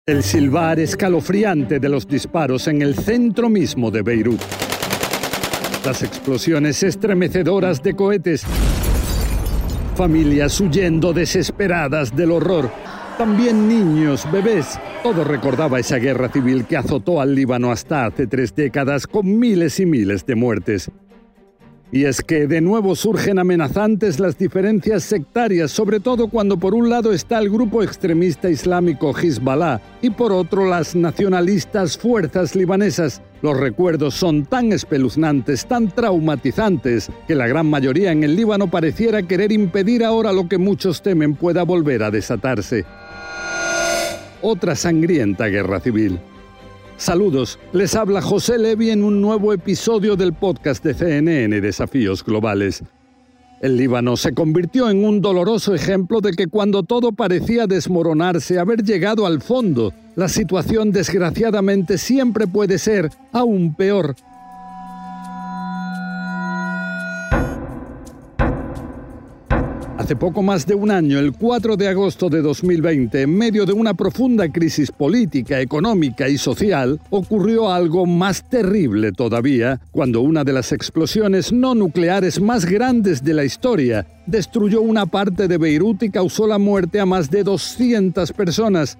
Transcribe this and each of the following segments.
El silbar escalofriante de los disparos en el centro mismo de Beirut. Las explosiones estremecedoras de cohetes. Familias huyendo desesperadas del horror. También niños, bebés. Todo recordaba esa guerra civil que azotó al Líbano hasta hace 3 décadas con miles y miles de muertes. Y es que de nuevo surgen amenazantes las diferencias sectarias, sobre todo cuando por un lado está el grupo extremista islámico Hezbollah y por otro las nacionalistas fuerzas libanesas. Los recuerdos son tan espeluznantes, tan traumatizantes, que la gran mayoría en el Líbano pareciera querer impedir ahora lo que muchos temen pueda volver a desatarse. Otra sangrienta guerra civil. Saludos, les habla José Levi en un nuevo episodio del podcast de CNN Desafíos Globales. El Líbano se convirtió en un doloroso ejemplo de que cuando todo parecía desmoronarse, haber llegado al fondo, la situación desgraciadamente siempre puede ser aún peor. Hace poco más de un año, el 4 de agosto de 2020, en medio de una profunda crisis política, económica y social, ocurrió algo más terrible todavía, cuando una de las explosiones no nucleares más grandes de la historia destruyó una parte de Beirut y causó la muerte a más de 200 personas.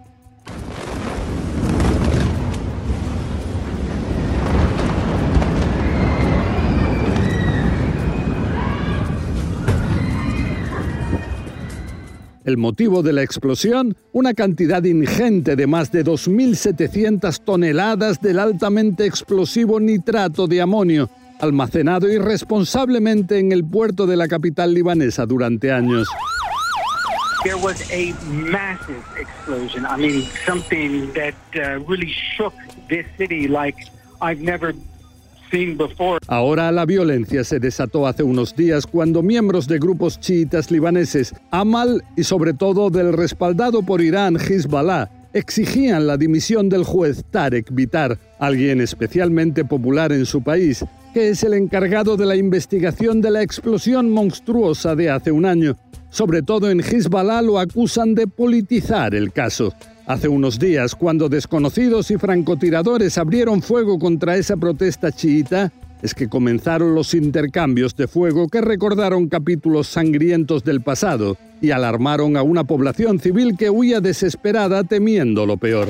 El motivo de la explosión, una cantidad ingente de más de 2.700 toneladas del altamente explosivo nitrato de amonio, almacenado irresponsablemente en el puerto de la capital libanesa durante años. There was a massive explosion. I mean, something that really shook this city like I've never seen before. Ahora la violencia se desató hace unos días cuando miembros de grupos chiitas libaneses, Amal y sobre todo del respaldado por Irán Hezbollah, exigían la dimisión del juez Tarek Bitar, alguien especialmente popular en su país, que es el encargado de la investigación de la explosión monstruosa de hace un año. Sobre todo en Hezbollah lo acusan de politizar el caso. Hace unos días, cuando desconocidos y francotiradores abrieron fuego contra esa protesta chiita, es que comenzaron los intercambios de fuego que recordaron capítulos sangrientos del pasado y alarmaron a una población civil que huía desesperada temiendo lo peor.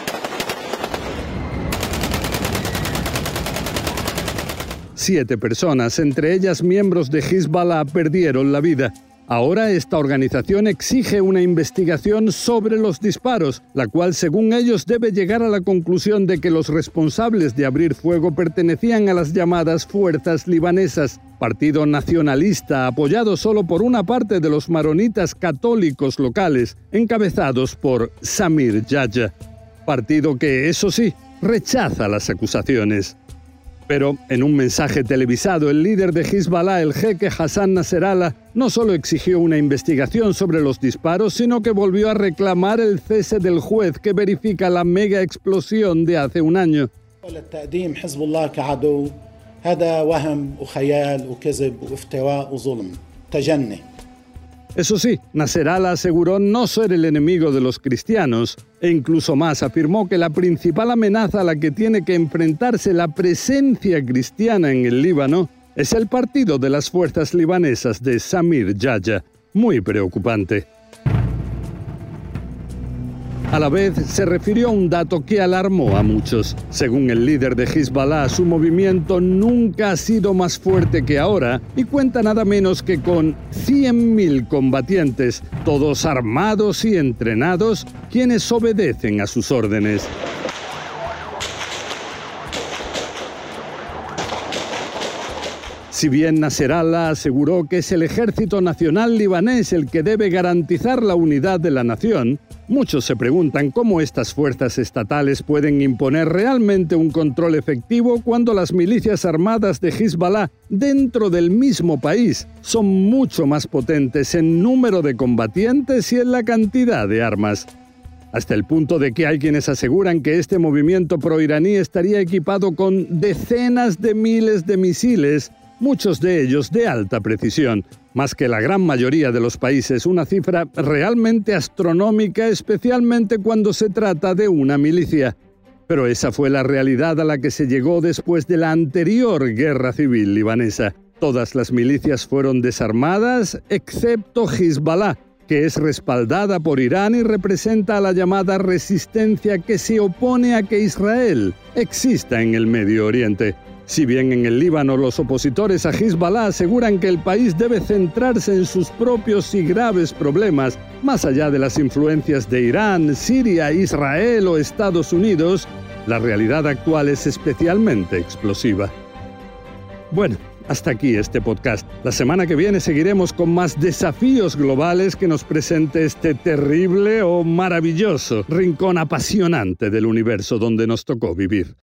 Siete personas, entre ellas miembros de Hezbollah, perdieron la vida. Ahora esta organización exige una investigación sobre los disparos, la cual según ellos debe llegar a la conclusión de que los responsables de abrir fuego pertenecían a las llamadas fuerzas libanesas, partido nacionalista apoyado solo por una parte de los maronitas católicos locales, encabezados por Samir Yahya, partido que, eso sí, rechaza las acusaciones. Pero, en un mensaje televisado, el líder de Hezbollah, el jeque Hassan Nasrallah, no solo exigió una investigación sobre los disparos, sino que volvió a reclamar el cese del juez que verifica la mega explosión de hace un año. Eso sí, Nasrallah aseguró no ser el enemigo de los cristianos e incluso más afirmó que la principal amenaza a la que tiene que enfrentarse la presencia cristiana en el Líbano es el partido de las fuerzas libanesas de Samir Yahya. Muy preocupante. A la vez, se refirió a un dato que alarmó a muchos. Según el líder de Hezbollah, su movimiento nunca ha sido más fuerte que ahora y cuenta nada menos que con 100.000 combatientes, todos armados y entrenados, quienes obedecen a sus órdenes. Si bien Nasrallah aseguró que es el ejército nacional libanés el que debe garantizar la unidad de la nación, muchos se preguntan cómo estas fuerzas estatales pueden imponer realmente un control efectivo cuando las milicias armadas de Hezbollah dentro del mismo país son mucho más potentes en número de combatientes y en la cantidad de armas. Hasta el punto de que hay quienes aseguran que este movimiento proiraní estaría equipado con decenas de miles de misiles, muchos de ellos de alta precisión. Más que la gran mayoría de los países, una cifra realmente astronómica, especialmente cuando se trata de una milicia. Pero esa fue la realidad a la que se llegó después de la anterior guerra civil libanesa. Todas las milicias fueron desarmadas, excepto Hezbollah, que es respaldada por Irán y representa a la llamada resistencia que se opone a que Israel exista en el Medio Oriente. Si bien en el Líbano los opositores a Hezbollah aseguran que el país debe centrarse en sus propios y graves problemas, más allá de las influencias de Irán, Siria, Israel o Estados Unidos, la realidad actual es especialmente explosiva. Bueno, hasta aquí este podcast. La semana que viene seguiremos con más desafíos globales que nos presente este terrible o maravilloso rincón apasionante del universo donde nos tocó vivir.